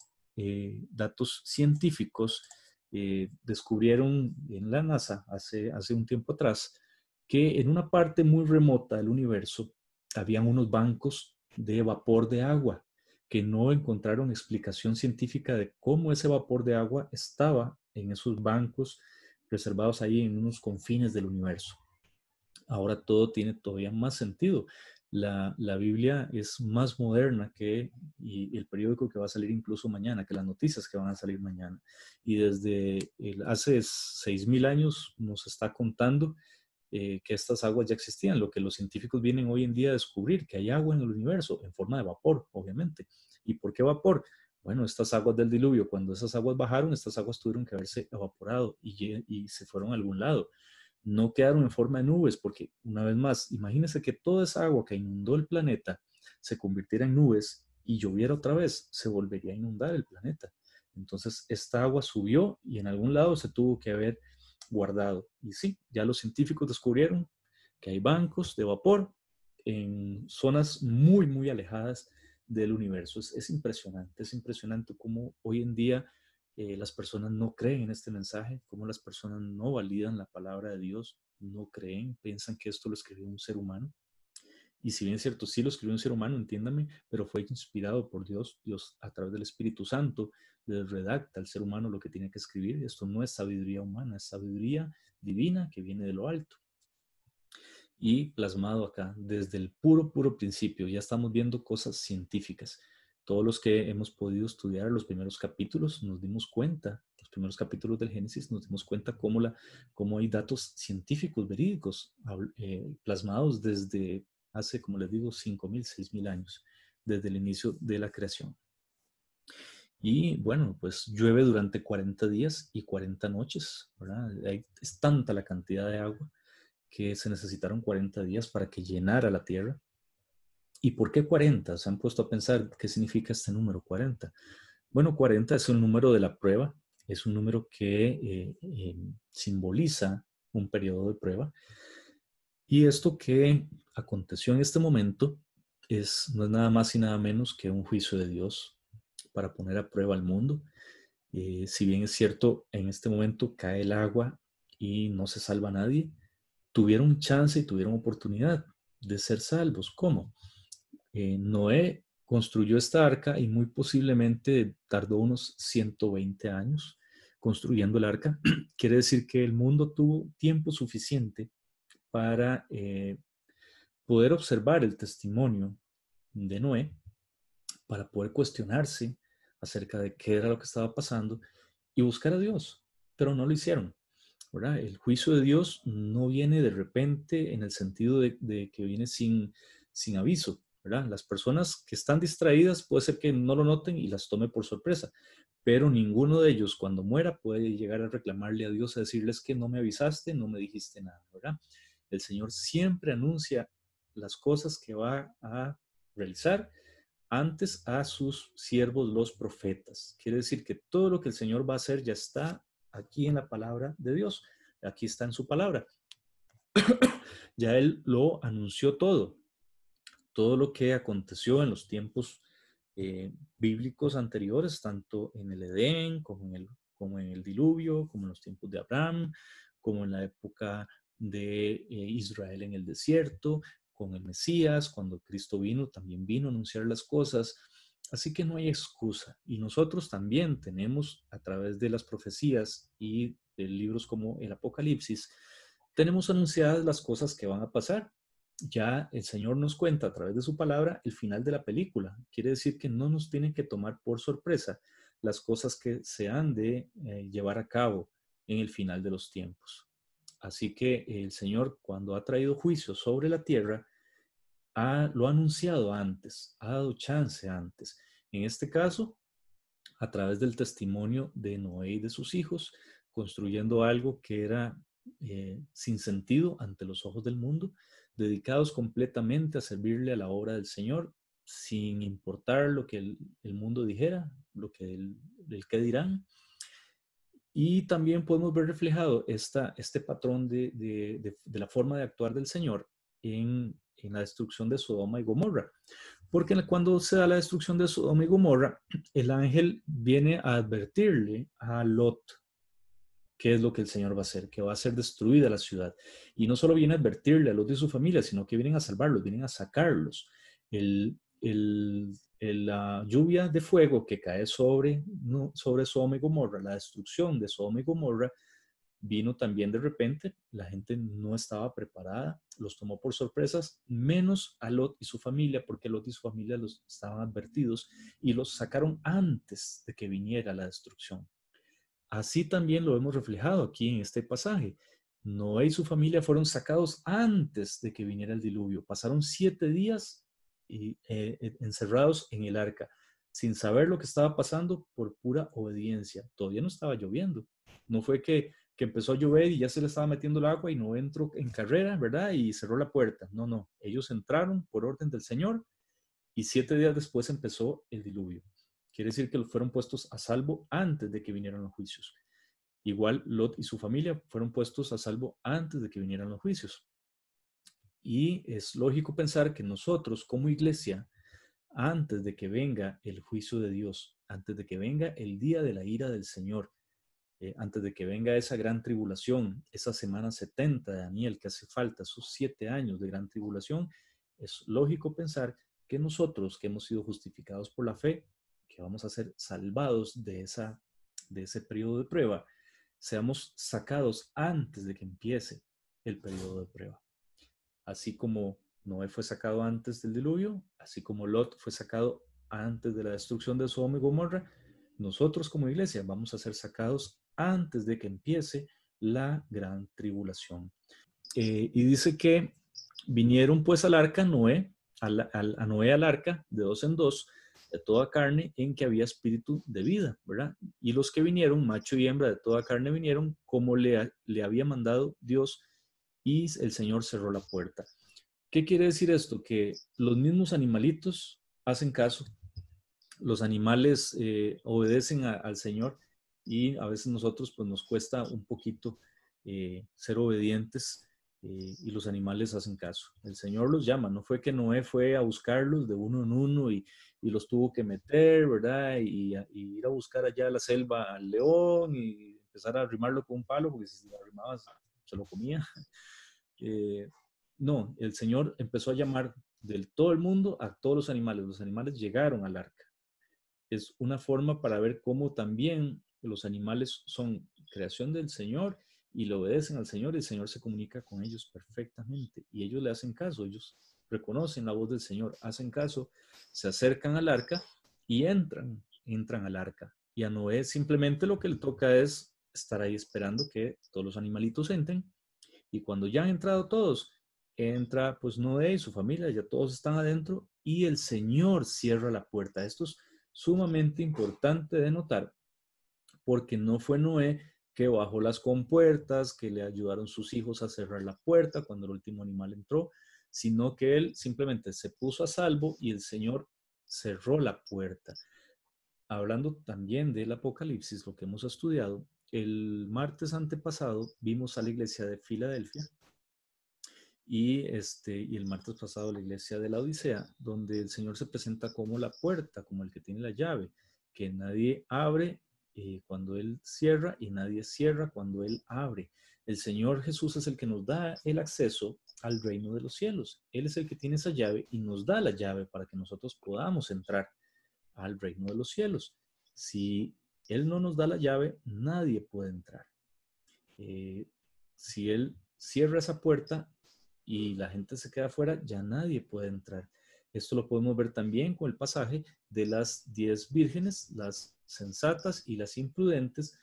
datos científicos descubrieron en la NASA hace un tiempo atrás que en una parte muy remota del universo habían unos bancos de vapor de agua que no encontraron explicación científica de cómo ese vapor de agua estaba en esos bancos reservados ahí en unos confines del universo. Ahora todo tiene todavía más sentido. La Biblia es más moderna que y el periódico que va a salir incluso mañana, que las noticias que van a salir mañana. Y desde hace 6.000 años nos está contando que estas aguas ya existían, lo que los científicos vienen hoy en día a descubrir, que hay agua en el universo, en forma de vapor, obviamente. ¿Y por qué vapor? Bueno, estas aguas del diluvio, cuando esas aguas bajaron, estas aguas tuvieron que haberse evaporado y se fueron a algún lado. No quedaron en forma de nubes, porque una vez más, imagínense que toda esa agua que inundó el planeta se convirtiera en nubes y lloviera otra vez, se volvería a inundar el planeta. Entonces, esta agua subió y en algún lado se tuvo que haber guardado. Y sí, ya los científicos descubrieron que hay bancos de vapor en zonas muy, muy alejadas del universo. Es impresionante cómo hoy en día las personas no creen en este mensaje, cómo las personas no validan la palabra de Dios, no creen, piensan que esto lo escribió un ser humano. Y si bien es cierto, sí lo escribió un ser humano, entiéndame, pero fue inspirado por Dios. Dios a través del Espíritu Santo le redacta al ser humano lo que tiene que escribir. Esto no es sabiduría humana, es sabiduría divina que viene de lo alto. Y plasmado acá desde el puro principio. Ya estamos viendo cosas científicas. Todos los que hemos podido estudiar los primeros capítulos nos dimos cuenta, los primeros capítulos del Génesis, nos dimos cuenta cómo hay datos científicos verídicos plasmados desde hace, como les digo, 5.000, 6.000 años, desde el inicio de la creación. Y bueno, pues llueve durante 40 días y 40 noches, ¿verdad? Es tanta la cantidad de agua que se necesitaron 40 días para que llenara la tierra. ¿Y por qué 40? ¿Se han puesto a pensar qué significa este número 40? Bueno, 40 es un número de la prueba, es un número que simboliza un periodo de prueba. Y esto que aconteció en este momento no es nada más y nada menos que un juicio de Dios para poner a prueba al mundo. Si bien es cierto, en este momento cae el agua y no se salva a nadie, tuvieron chance y tuvieron oportunidad de ser salvos. ¿Cómo? Noé construyó esta arca y muy posiblemente tardó unos 120 años construyendo el arca. Quiere decir que el mundo tuvo tiempo suficiente para poder observar el testimonio de Noé, para poder cuestionarse acerca de qué era lo que estaba pasando y buscar a Dios, pero no lo hicieron. ¿Verdad? El juicio de Dios no viene de repente en el sentido de que viene sin aviso. ¿Verdad? Las personas que están distraídas puede ser que no lo noten y las tome por sorpresa, pero ninguno de ellos cuando muera puede llegar a reclamarle a Dios, a decirles que no me avisaste, no me dijiste nada. ¿Verdad? El Señor siempre anuncia las cosas que va a realizar antes a sus siervos los profetas. Quiere decir que todo lo que el Señor va a hacer ya está aquí en la palabra de Dios. Aquí está en su palabra. Ya Él lo anunció todo. Todo lo que aconteció en los tiempos bíblicos anteriores, tanto en el Edén como en el diluvio, como en los tiempos de Abraham, como en la época de Israel en el desierto, con el Mesías, cuando Cristo vino, también vino a anunciar las cosas. Así que no hay excusa. Y nosotros también tenemos, a través de las profecías y de libros como el Apocalipsis, tenemos anunciadas las cosas que van a pasar. Ya el Señor nos cuenta a través de su palabra el final de la película. Quiere decir que no nos tienen que tomar por sorpresa las cosas que se han de llevar a cabo en el final de los tiempos. Así que el Señor, cuando ha traído juicio sobre la tierra, lo ha anunciado antes, ha dado chance antes. En este caso, a través del testimonio de Noé y de sus hijos, construyendo algo que era sin sentido ante los ojos del mundo, dedicados completamente a servirle a la obra del Señor, sin importar lo que el mundo dijera, lo que el qué dirán. Y también podemos ver reflejado este patrón de la forma de actuar del Señor en la destrucción de Sodoma y Gomorra. Porque cuando se da la destrucción de Sodoma y Gomorra, el ángel viene a advertirle a Lot qué es lo que el Señor va a hacer, que va a ser destruida la ciudad. Y no solo viene a advertirle a Lot y su familia, sino que vienen a salvarlos, vienen a sacarlos. La lluvia de fuego que cae sobre Sodoma y Gomorra, la destrucción de Sodoma y Gomorra, vino también de repente, la gente no estaba preparada, los tomó por sorpresas, menos a Lot y su familia, porque Lot y su familia los estaban advertidos y los sacaron antes de que viniera la destrucción. Así también lo hemos reflejado aquí en este pasaje. Noé y su familia fueron sacados antes de que viniera el diluvio. Pasaron 7 días encerrados en el arca, sin saber lo que estaba pasando por pura obediencia. Todavía no estaba lloviendo. No fue que empezó a llover y ya se le estaba metiendo el agua y no entró en carrera, ¿verdad? Y cerró la puerta. No, no. Ellos entraron por orden del Señor y 7 días después empezó el diluvio. Quiere decir que fueron puestos a salvo antes de que vinieran los juicios. Igual Lot y su familia fueron puestos a salvo antes de que vinieran los juicios. Y es lógico pensar que nosotros como iglesia, antes de que venga el juicio de Dios, antes de que venga el día de la ira del Señor, antes de que venga esa gran tribulación, esa semana 70 de Daniel que hace falta, esos 7 años de gran tribulación, es lógico pensar que nosotros que hemos sido justificados por la fe, que vamos a ser salvados de ese periodo de prueba, seamos sacados antes de que empiece el periodo de prueba. Así como Noé fue sacado antes del diluvio, así como Lot fue sacado antes de la destrucción de Sodoma y Gomorra, nosotros como iglesia vamos a ser sacados antes de que empiece la gran tribulación. Y dice que vinieron pues al arca Noé, a Noé al arca, de dos en dos, de toda carne en que había espíritu de vida, ¿verdad? Y los que vinieron, macho y hembra de toda carne vinieron, como le había mandado Dios, y el Señor cerró la puerta. ¿Qué quiere decir esto? Que los mismos animalitos hacen caso, los animales obedecen al Señor y a veces nosotros pues nos cuesta un poquito ser obedientes y los animales hacen caso. El Señor los llama, no fue que Noé fue a buscarlos de uno en uno y los tuvo que meter, ¿verdad? Y ir a buscar allá a la selva al león y empezar a arrimarlo con un palo, porque si lo arrimaba se lo comía. Eh, no, el Señor empezó a llamar del todo el mundo a todos los animales. Los animales llegaron al arca. Es una forma para ver cómo también los animales son creación del Señor y le obedecen al Señor y el Señor se comunica con ellos perfectamente y ellos le hacen caso, ellos reconocen la voz del Señor, hacen caso, se acercan al arca y entran al arca. Y a Noé simplemente lo que le toca es estar ahí esperando que todos los animalitos entren y cuando ya han entrado todos, entra pues Noé y su familia, ya todos están adentro y el Señor cierra la puerta. Esto es sumamente importante de notar porque no fue Noé que bajó las compuertas, que le ayudaron sus hijos a cerrar la puerta cuando el último animal entró, sino que él simplemente se puso a salvo y el Señor cerró la puerta. Hablando también del Apocalipsis, lo que hemos estudiado, el martes antepasado vimos a la iglesia de Filadelfia y el martes pasado la iglesia de la Odisea, donde el Señor se presenta como la puerta, como el que tiene la llave, que nadie abre cuando Él cierra y nadie cierra cuando Él abre. El Señor Jesús es el que nos da el acceso al reino de los cielos. Él es el que tiene esa llave y nos da la llave para que nosotros podamos entrar al reino de los cielos. Si Él no nos da la llave, nadie puede entrar. Si Él cierra esa puerta, y la gente se queda afuera, ya nadie puede entrar. Esto lo podemos ver también con el pasaje de las 10 vírgenes, las sensatas y las imprudentes,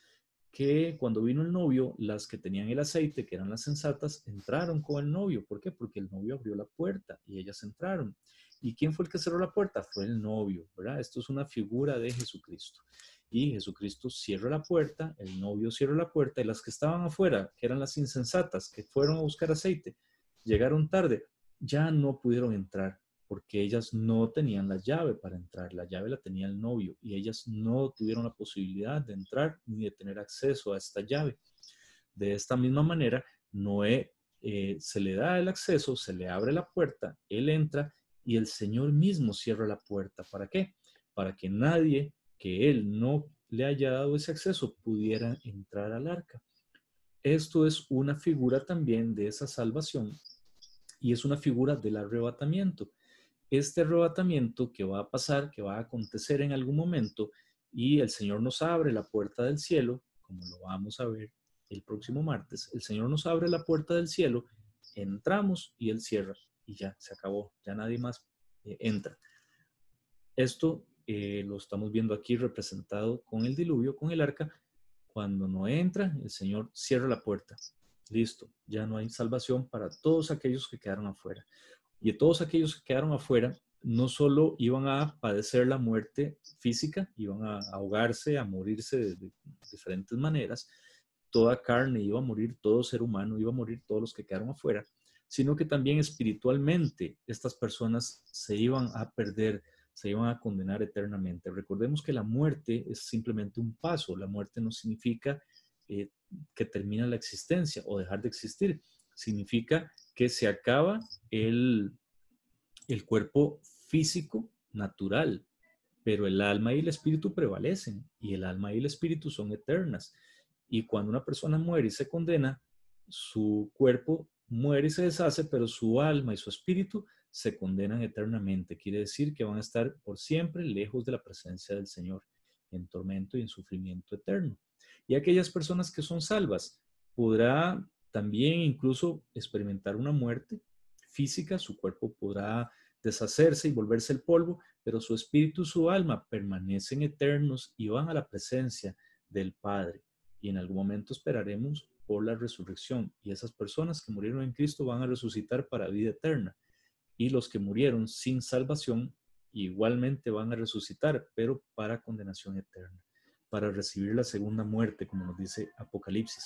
que cuando vino el novio, las que tenían el aceite, que eran las sensatas, entraron con el novio. ¿Por qué? Porque el novio abrió la puerta y ellas entraron. ¿Y quién fue el que cerró la puerta? Fue el novio, ¿verdad? Esto es una figura de Jesucristo. Y Jesucristo cierra la puerta, el novio cierra la puerta y las que estaban afuera, que eran las insensatas, que fueron a buscar aceite, llegaron tarde, ya no pudieron entrar porque ellas no tenían la llave para entrar, la llave la tenía el novio y ellas no tuvieron la posibilidad de entrar ni de tener acceso a esta llave. De esta misma manera, Noé se le da el acceso, se le abre la puerta, él entra y el Señor mismo cierra la puerta. ¿Para qué? Para que nadie que él no le haya dado ese acceso pudiera entrar al arca. Esto es una figura también de esa salvación y es una figura del arrebatamiento. Este arrebatamiento que va a pasar, que va a acontecer en algún momento, y el Señor nos abre la puerta del cielo, como lo vamos a ver el próximo martes, el Señor nos abre la puerta del cielo, entramos y Él cierra, y ya, se acabó, ya nadie más entra. Esto lo estamos viendo aquí representado con el diluvio, con el arca. Cuando no entra, el Señor cierra la puerta. Listo, ya no hay salvación para todos aquellos que quedaron afuera. Y de todos aquellos que quedaron afuera, no solo iban a padecer la muerte física, iban a ahogarse, a morirse de diferentes maneras, toda carne iba a morir, todo ser humano iba a morir, todos los que quedaron afuera, sino que también espiritualmente estas personas se iban a perder, se iban a condenar eternamente. Recordemos que la muerte es simplemente un paso, la muerte no significa que termina la existencia o dejar de existir, significa que se acaba el cuerpo físico natural, pero el alma y el espíritu prevalecen y el alma y el espíritu son eternas. Y cuando una persona muere y se condena, su cuerpo muere y se deshace, pero su alma y su espíritu se condenan eternamente. Quiere decir que van a estar por siempre lejos de la presencia del Señor, en tormento y en sufrimiento eterno. Y aquellas personas que son salvas, podrá también incluso experimentar una muerte física, su cuerpo podrá deshacerse y volverse el polvo, pero su espíritu y su alma permanecen eternos y van a la presencia del Padre. Y en algún momento esperaremos por la resurrección. Y esas personas que murieron en Cristo van a resucitar para vida eterna. Y los que murieron sin salvación igualmente van a resucitar, pero para condenación eterna, para recibir la segunda muerte, como nos dice Apocalipsis.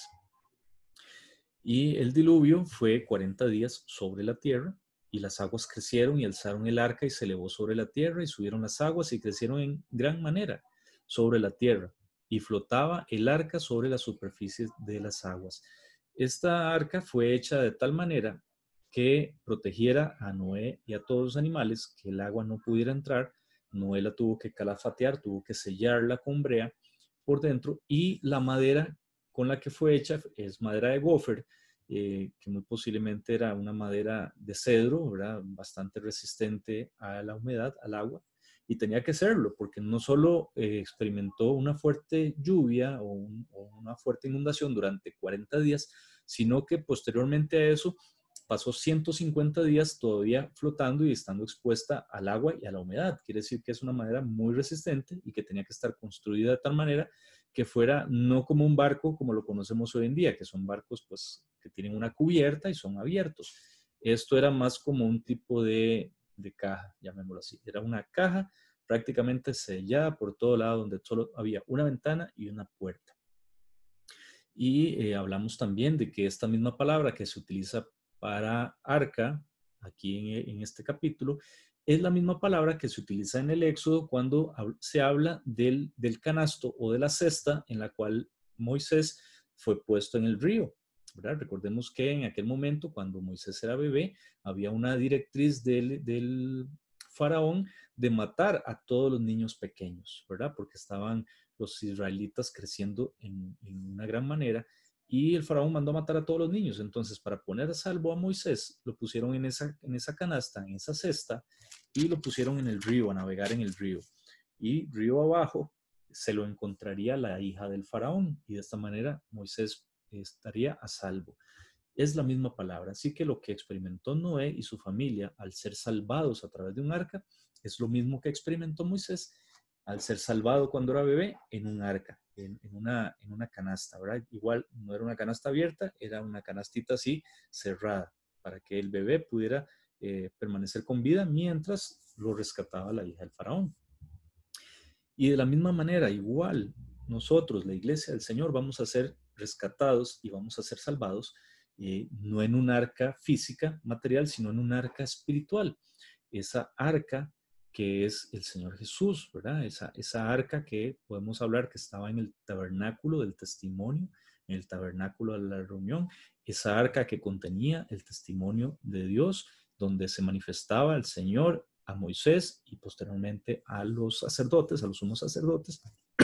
Y el diluvio fue 40 días sobre la tierra, y las aguas crecieron y alzaron el arca y se elevó sobre la tierra, y subieron las aguas y crecieron en gran manera sobre la tierra, y flotaba el arca sobre la superficie de las aguas. Esta arca fue hecha de tal manera que protegiera a Noé y a todos los animales, que el agua no pudiera entrar. Noé la tuvo que calafatear, tuvo que sellarla con brea por dentro, y la madera con la que fue hecha es madera de gofer, que muy posiblemente era una madera de cedro, ¿verdad? Bastante resistente a la humedad, al agua, y tenía que serlo, porque no solo experimentó una fuerte lluvia o una fuerte inundación durante 40 días, sino que posteriormente a eso pasó 150 días todavía flotando y estando expuesta al agua y a la humedad. Quiere decir que es una madera muy resistente y que tenía que estar construida de tal manera que fuera no como un barco como lo conocemos hoy en día, que son barcos pues que tienen una cubierta y son abiertos. Esto era más como un tipo de caja, llamémoslo así. Era una caja prácticamente sellada por todo lado, donde solo había una ventana y una puerta. Y hablamos también de que esta misma palabra que se utiliza para arca, aquí en este capítulo, es la misma palabra que se utiliza en el Éxodo cuando se habla del canasto o de la cesta en la cual Moisés fue puesto en el río, ¿verdad? Recordemos que en aquel momento, cuando Moisés era bebé, había una directriz del faraón de matar a todos los niños pequeños, ¿verdad? Porque estaban los israelitas creciendo en una gran manera, y el faraón mandó a matar a todos los niños. Entonces, para poner a salvo a Moisés, lo pusieron en esa canasta, en esa cesta, y lo pusieron en el río, a navegar en el río. Y río abajo se lo encontraría la hija del faraón, y de esta manera Moisés estaría a salvo. Es la misma palabra. Así que lo que experimentó Noé y su familia al ser salvados a través de un arca es lo mismo que experimentó Moisés al ser salvado cuando era bebé en un arca, en una canasta, ¿verdad? Igual no era una canasta abierta, era una canastita así cerrada para que el bebé pudiera permanecer con vida mientras lo rescataba la hija del faraón. Y de la misma manera, igual, nosotros, la iglesia del Señor, vamos a ser rescatados y vamos a ser salvados, no en un arca física, material, sino en un arca espiritual. Esa arca que es el Señor Jesús, ¿verdad? Esa arca que podemos hablar que estaba en el tabernáculo del testimonio, en el tabernáculo de la reunión, esa arca que contenía el testimonio de Dios, donde se manifestaba el Señor a Moisés y posteriormente a los sacerdotes, a los sumos sacerdotes.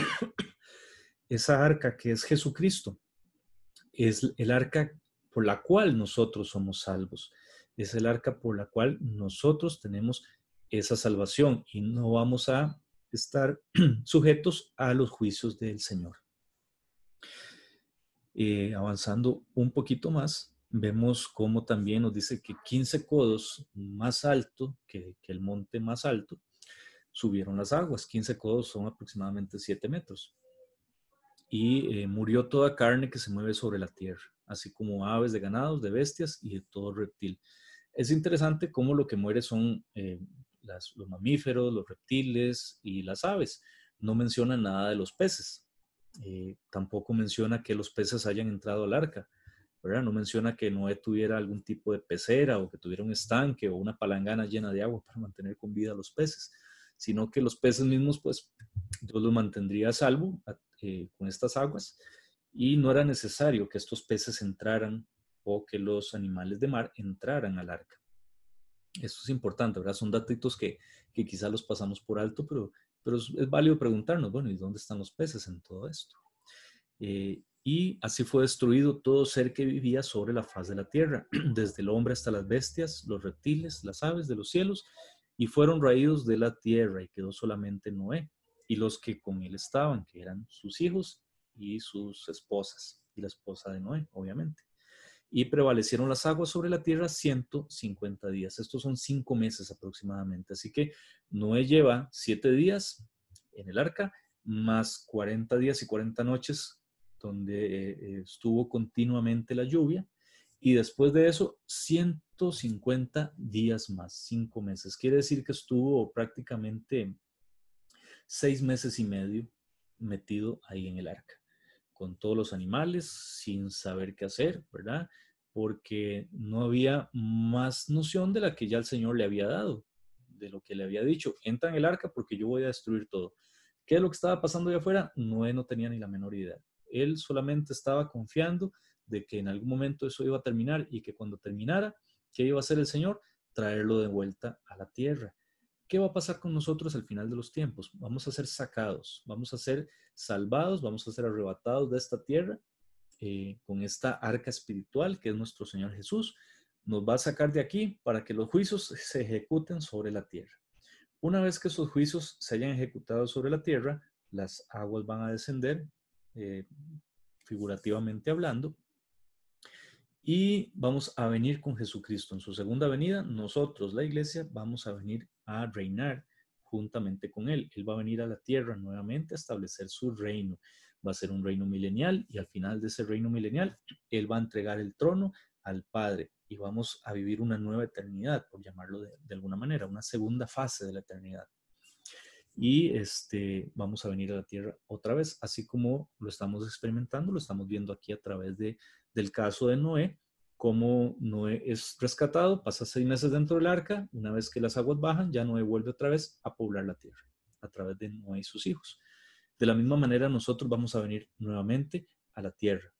Esa arca que es Jesucristo, es el arca por la cual nosotros somos salvos. Es el arca por la cual nosotros tenemos esa salvación y no vamos a estar sujetos a los juicios del Señor. Avanzando un poquito más, vemos cómo también nos dice que 15 codos más alto que el monte más alto, subieron las aguas. 15 codos son aproximadamente 7 metros. Y murió toda carne que se mueve sobre la tierra, así como aves de ganados, de bestias y de todo reptil. Es interesante cómo lo que muere son los mamíferos, los reptiles y las aves. No menciona nada de los peces. Tampoco menciona que los peces hayan entrado al arca, ¿verdad? No menciona que Noé tuviera algún tipo de pecera o que tuviera un estanque o una palangana llena de agua para mantener con vida a los peces, sino que los peces mismos, pues, Dios los mantendría a salvo con estas aguas y no era necesario que estos peces entraran o que los animales de mar entraran al arca. Esto es importante, ¿verdad? Son datos que quizás los pasamos por alto, pero es válido preguntarnos, bueno, ¿y dónde están los peces en todo esto? Y así fue destruido todo ser que vivía sobre la faz de la tierra, desde el hombre hasta las bestias, los reptiles, las aves de los cielos, y fueron raídos de la tierra, y quedó solamente Noé, y los que con él estaban, que eran sus hijos y sus esposas, y la esposa de Noé, obviamente. Y prevalecieron las aguas sobre la tierra 150 días. Estos son 5 meses aproximadamente. Así que Noé lleva 7 días en el arca, más 40 días y 40 noches donde estuvo continuamente la lluvia. Y después de eso, 150 días más, 5 meses. Quiere decir que estuvo prácticamente 6 meses y medio metido ahí en el arca, con todos los animales, sin saber qué hacer, ¿verdad? Porque no había más noción de la que ya el Señor le había dado, de lo que le había dicho. Entra en el arca porque yo voy a destruir todo. ¿Qué es lo que estaba pasando allá afuera? Noé no tenía ni la menor idea. Él solamente estaba confiando de que en algún momento eso iba a terminar y que cuando terminara, ¿qué iba a hacer el Señor? Traerlo de vuelta a la tierra. ¿Qué va a pasar con nosotros al final de los tiempos? Vamos a ser sacados, vamos a ser salvados, vamos a ser arrebatados de esta tierra con esta arca espiritual que es nuestro Señor Jesús. Nos va a sacar de aquí para que los juicios se ejecuten sobre la tierra. Una vez que esos juicios se hayan ejecutado sobre la tierra, las aguas van a descender, eh, figurativamente hablando, y vamos a venir con Jesucristo. En su segunda venida, nosotros, la iglesia, vamos a venir a reinar juntamente con Él. Él va a venir a la tierra nuevamente a establecer su reino. Va a ser un reino milenial y al final de ese reino milenial, Él va a entregar el trono al Padre y vamos a vivir una nueva eternidad, por llamarlo de alguna manera, una segunda fase de la eternidad. Y vamos a venir a la tierra otra vez, así como lo estamos experimentando, lo estamos viendo aquí a través del caso de Noé, cómo Noé es rescatado, pasa 6 meses dentro del arca, una vez que las aguas bajan, ya Noé vuelve otra vez a poblar la tierra, a través de Noé y sus hijos. De la misma manera, nosotros vamos a venir nuevamente a la tierra.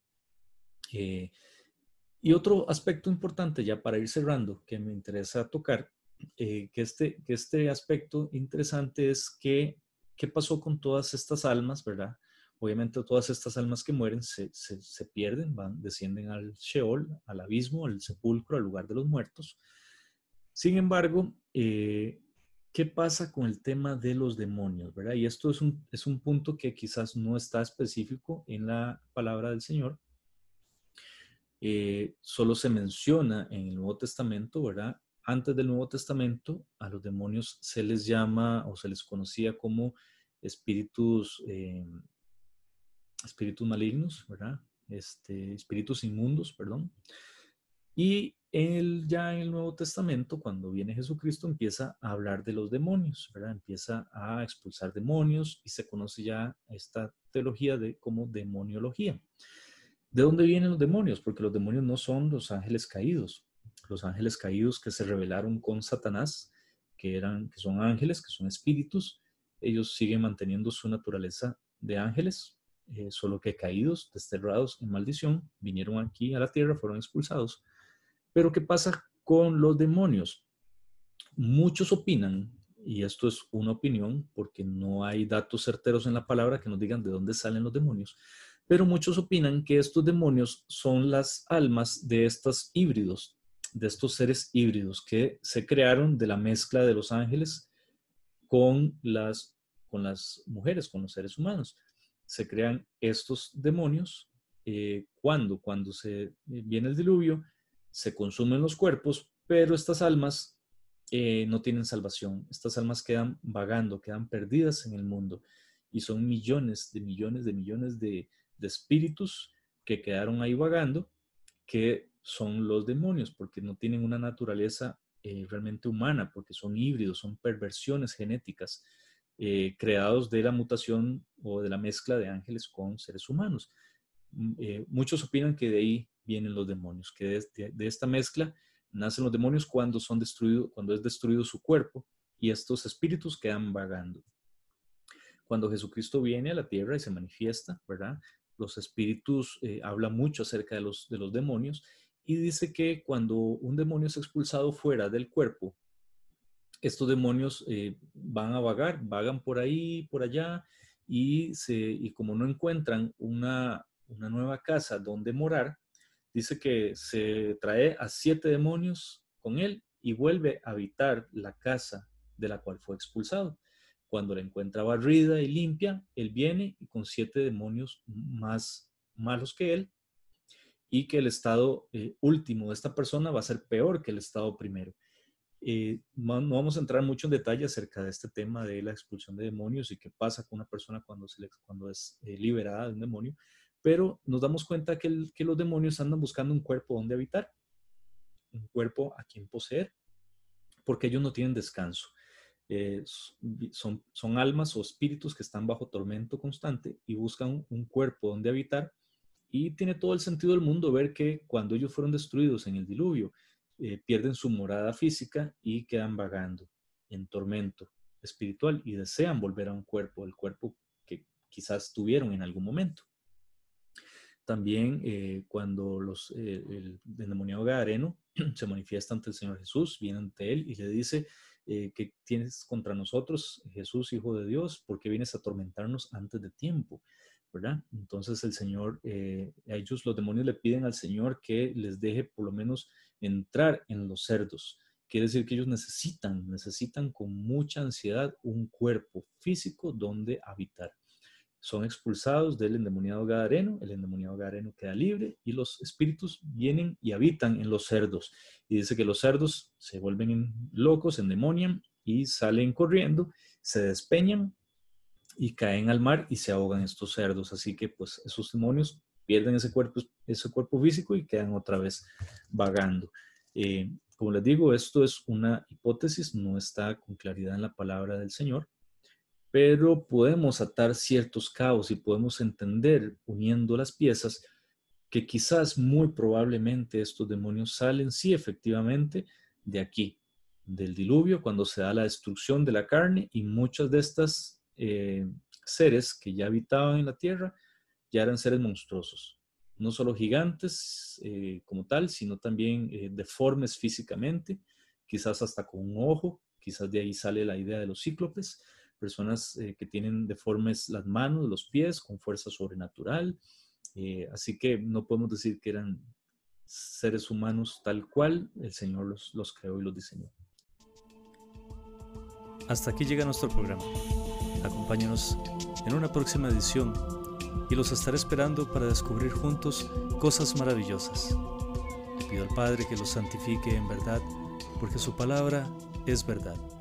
Y otro aspecto importante, ya para ir cerrando, que me interesa tocar, que este aspecto interesante es que, ¿qué pasó con todas estas almas, verdad? Obviamente todas estas almas que mueren se pierden, descienden al Sheol, al abismo, al sepulcro, al lugar de los muertos. Sin embargo, ¿qué pasa con el tema de los demonios, verdad? Y esto es un punto que quizás no está específico en la palabra del Señor. Solo se menciona en el Nuevo Testamento, ¿verdad? Antes del Nuevo Testamento, a los demonios se les llama o se les conocía como espíritus, espíritus malignos, ¿verdad? Espíritus inmundos, perdón. Y ya en el Nuevo Testamento, cuando viene Jesucristo, empieza a hablar de los demonios, ¿verdad? Empieza a expulsar demonios y se conoce ya esta teología como demoniología. ¿De dónde vienen los demonios? Porque los demonios no son los ángeles caídos. Los ángeles caídos que se rebelaron con Satanás, que son ángeles, que son espíritus, ellos siguen manteniendo su naturaleza de ángeles, solo que caídos, desterrados en maldición, vinieron aquí a la tierra, fueron expulsados. Pero ¿qué pasa con los demonios? Muchos opinan, y esto es una opinión porque no hay datos certeros en la palabra que nos digan de dónde salen los demonios, pero muchos opinan que estos demonios son las almas de estos híbridos, de estos seres híbridos que se crearon de la mezcla de los ángeles con las mujeres, con los seres humanos. Se crean estos demonios cuando viene el diluvio, se consumen los cuerpos, pero estas almas no tienen salvación. Estas almas quedan vagando, quedan perdidas en el mundo. Y son millones de espíritus que quedaron ahí vagando, que son los demonios, porque no tienen una naturaleza realmente humana, porque son híbridos, son perversiones genéticas creados de la mutación o de la mezcla de ángeles con seres humanos. Muchos opinan que de ahí vienen los demonios, que de esta mezcla nacen los demonios cuando es destruido su cuerpo y estos espíritus quedan vagando. Cuando Jesucristo viene a la tierra y se manifiesta, ¿verdad? Los espíritus hablan mucho acerca de los demonios y dice que cuando un demonio es expulsado fuera del cuerpo, estos demonios van a vagan por ahí, por allá, y como no encuentran una nueva casa donde morar, dice que se trae a 7 demonios con él y vuelve a habitar la casa de la cual fue expulsado. Cuando la encuentra barrida y limpia, él viene y con 7 demonios más malos que él, y que el estado último de esta persona va a ser peor que el estado primero. No vamos a entrar mucho en detalle acerca de este tema de la expulsión de demonios y qué pasa con una persona cuando es liberada de un demonio, pero nos damos cuenta que los demonios andan buscando un cuerpo donde habitar, un cuerpo a quien poseer, porque ellos no tienen descanso. Son almas o espíritus que están bajo tormento constante y buscan un cuerpo donde habitar, y tiene todo el sentido del mundo ver que cuando ellos fueron destruidos en el diluvio, pierden su morada física y quedan vagando en tormento espiritual y desean volver a un cuerpo, el cuerpo que quizás tuvieron en algún momento. También cuando el endemoniado gadareno se manifiesta ante el Señor Jesús, viene ante él y le dice, ¿qué tienes contra nosotros, Jesús, Hijo de Dios? ¿Por qué vienes a atormentarnos antes de tiempo? ¿Verdad? Entonces el Señor, los demonios le piden al Señor que les deje por lo menos entrar en los cerdos. Quiere decir que ellos necesitan con mucha ansiedad un cuerpo físico donde habitar. Son expulsados del endemoniado gadareno, el endemoniado gadareno queda libre y los espíritus vienen y habitan en los cerdos. Y dice que los cerdos se vuelven locos, endemonian y salen corriendo, se despeñan y caen al mar y se ahogan estos cerdos. Así que pues esos demonios pierden ese cuerpo físico y quedan otra vez vagando. Como les digo, esto es una hipótesis, no está con claridad en la palabra del Señor, pero podemos atar ciertos cabos y podemos entender, uniendo las piezas, que quizás muy probablemente estos demonios salen, sí, efectivamente, de aquí, del diluvio, cuando se da la destrucción de la carne, y muchas de estas seres que ya habitaban en la tierra ya eran seres monstruosos, no solo gigantes como tal, sino también deformes físicamente, quizás hasta con un ojo. Quizás de ahí sale la idea de los cíclopes, personas que tienen deformes las manos, los pies, con fuerza sobrenatural. Así que no podemos decir que eran seres humanos tal cual el Señor los creó y los diseñó. Hasta aquí llega nuestro programa. Acompáñanos en una próxima edición y los estaré esperando para descubrir juntos cosas maravillosas. Le pido al Padre que los santifique en verdad, porque su palabra es verdad.